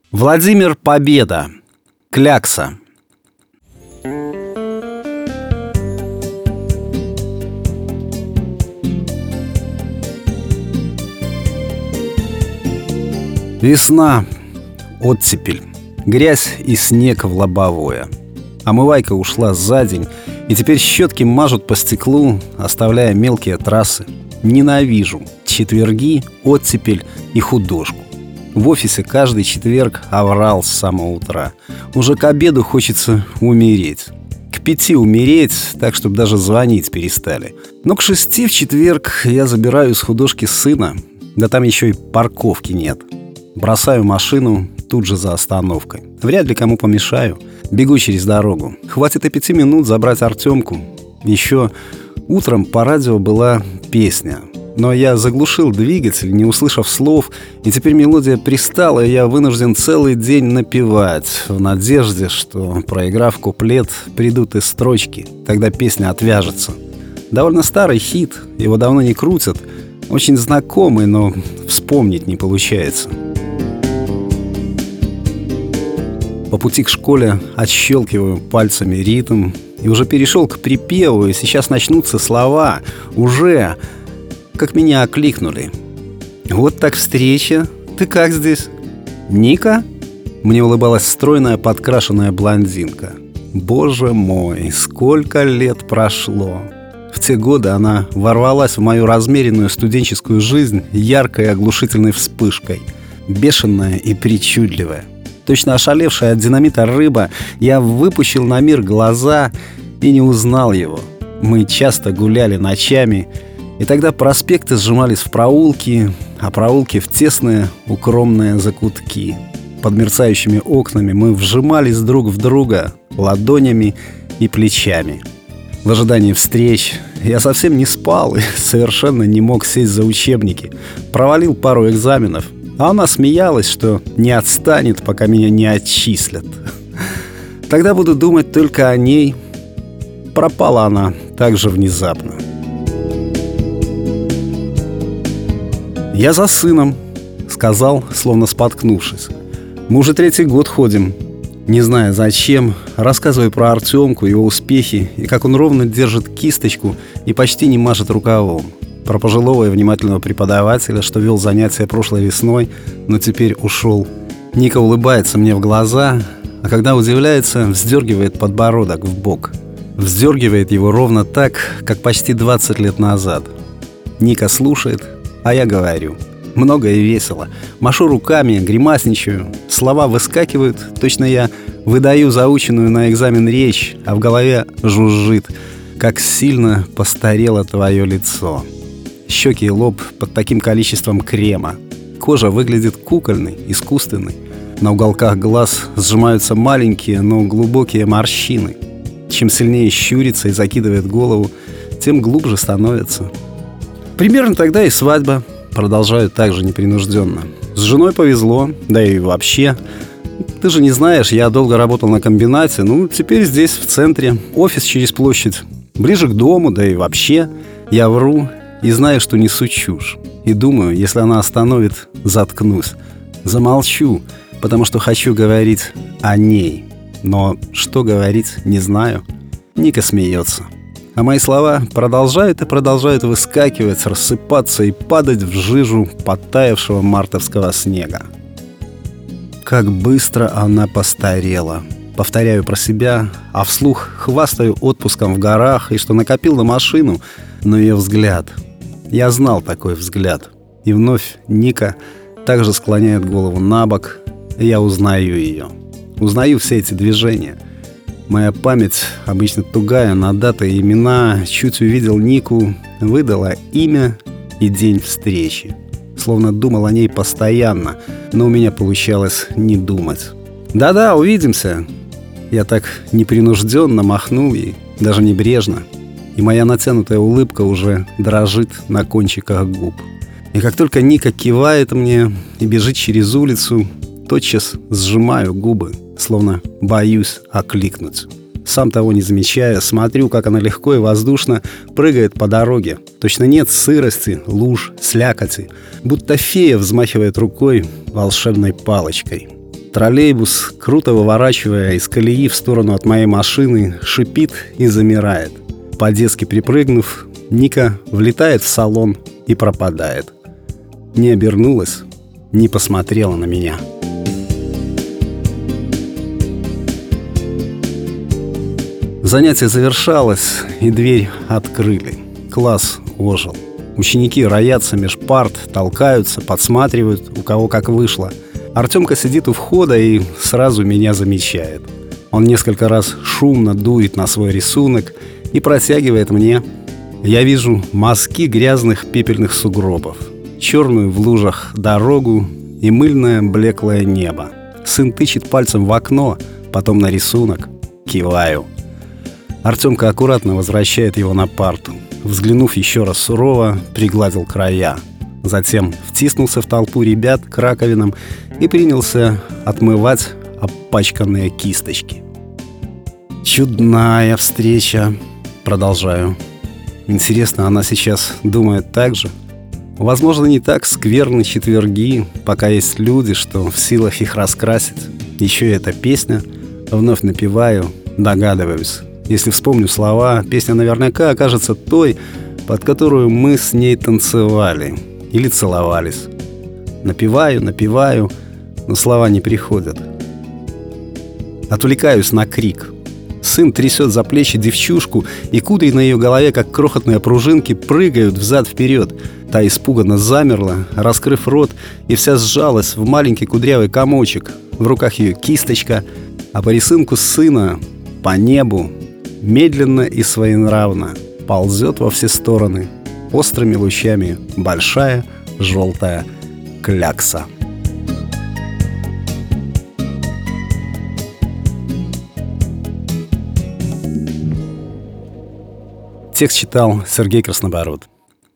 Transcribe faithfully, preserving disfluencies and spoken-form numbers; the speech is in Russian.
Владимир Победа. Клякса. Весна, оттепель, грязь и снег в лобовое. Омывайка ушла за день, и теперь щетки мажут по стеклу, оставляя мелкие трассы. Ненавижу четверги, оттепель и художку. В офисе каждый четверг оврал с самого утра. Уже к обеду хочется умереть. К пяти умереть, так, чтобы даже звонить перестали. Но к шести в четверг я забираю из художки сына. Да там еще и парковки нет. Бросаю машину тут же за остановкой. Вряд ли кому помешаю. Бегу через дорогу. Хватит и пяти минут забрать Артемку. Еще утром по радио была песня, но я заглушил двигатель, не услышав слов, и теперь мелодия пристала, и я вынужден целый день напевать, в надежде, что, проиграв куплет, придут и строчки. Тогда песня отвяжется. Довольно старый хит, его давно не крутят. Очень знакомый, но вспомнить не получается. По пути к школе отщелкиваю пальцами ритм и уже перешел к припеву, и сейчас начнутся слова. Уже, как меня окликнули. Вот так встреча. Ты как здесь? Ника? Мне улыбалась стройная подкрашенная блондинка. Боже мой, сколько лет прошло. В те годы она ворвалась в мою размеренную студенческую жизнь яркой оглушительной вспышкой. Бешеная и причудливая. Точно ошалевшая от динамита рыба, я выпучил на мир глаза и не узнал его. Мы часто гуляли ночами, и тогда проспекты сжимались в проулки, а проулки в тесные укромные закутки. Под мерцающими окнами мы вжимались друг в друга ладонями и плечами. В ожидании встреч я совсем не спал и совершенно не мог сесть за учебники. Провалил пару экзаменов, а она смеялась, что не отстанет, пока меня не отчислят. Тогда буду думать только о ней. Пропала она так же внезапно. «Я за сыном», — сказал, словно споткнувшись. «Мы уже третий год ходим». Не зная зачем, рассказываю про Артемку, его успехи и как он ровно держит кисточку и почти не машет рукавом. Про пожилого и внимательного преподавателя, что вел занятия прошлой весной, но теперь ушел. Ника улыбается мне в глаза, а когда удивляется, вздергивает подбородок в бок. Вздергивает его ровно так, как почти двадцать лет назад. Ника слушает, а я говорю. Много и весело. Машу руками, гримасничаю. Слова выскакивают, точно я выдаю заученную на экзамен речь, а в голове жужжит, как сильно постарело твое лицо. Щеки и лоб под таким количеством крема. Кожа выглядит кукольной, искусственной. На уголках глаз сжимаются маленькие, но глубокие морщины. Чем сильнее щурится и закидывает голову, тем глубже становится. Примерно тогда и свадьба. Продолжаю так же непринужденно. С женой повезло, да и вообще. Ты же не знаешь, я долго работал на комбинате. Ну, теперь здесь, в центре. Офис через площадь. Ближе к дому, да и вообще. Я вру и знаю, что несу чушь. И думаю, если она остановит, заткнусь. Замолчу, потому что хочу говорить о ней. Но что говорить, не знаю. Ника смеется. А мои слова продолжают и продолжают выскакивать, рассыпаться и падать в жижу подтаявшего мартовского снега. Как быстро она постарела. Повторяю про себя, а вслух хвастаю отпуском в горах и что накопил на машину, но ее взгляд. Я знал такой взгляд. И вновь Ника также склоняет голову на бок, и я узнаю ее. Узнаю все эти движения. Моя память, обычно тугая на даты и имена, чуть увидел Нику, выдала имя и день встречи. Словно думал о ней постоянно, но у меня получалось не думать. «Да-да, увидимся!» Я так непринужденно махнул ей, даже небрежно. И моя натянутая улыбка уже дрожит на кончиках губ. И как только Ника кивает мне и бежит через улицу, тотчас сжимаю губы, словно боюсь окликнуть. Сам того не замечая, смотрю, как она легко и воздушно прыгает по дороге. Точно нет сырости, луж, слякоти. Будто фея взмахивает рукой волшебной палочкой. Троллейбус, круто выворачивая из колеи в сторону от моей машины, шипит и замирает. По-детски припрыгнув, Ника влетает в салон и пропадает. Не обернулась, не посмотрела на меня. Занятие завершалось, и дверь открыли. Класс ожил. Ученики роятся меж парт, толкаются, подсматривают, у кого как вышло. Артемка сидит у входа и сразу меня замечает. Он несколько раз шумно дует на свой рисунок и протягивает мне. Я вижу мазки грязных пепельных сугробов, черную в лужах дорогу и мыльное блеклое небо. Сын тычет пальцем в окно, потом на рисунок. Киваю. Артемка аккуратно возвращает его на парту. Взглянув еще раз сурово, пригладил края. Затем втиснулся в толпу ребят к раковинам и принялся отмывать опачканные кисточки. «Чудная встреча», — продолжаю. Интересно, она сейчас думает так же? Возможно, не так скверны четверги, пока есть люди, что в силах их раскрасить. Еще и эта песня. Вновь напеваю, догадываюсь. Если вспомню слова, песня наверняка окажется той, под которую мы с ней танцевали или целовались. Напеваю, напеваю, но слова не приходят. Отвлекаюсь на крик. Сын трясет за плечи девчушку, и кудри на ее голове, как крохотные пружинки, прыгают взад-вперед. Та испуганно замерла, раскрыв рот, и вся сжалась в маленький кудрявый комочек. В руках ее кисточка, а по рисунку сына, по небу, медленно и своенравно ползет во все стороны острыми лучами большая желтая клякса. Текст читал Сергей Краснобород.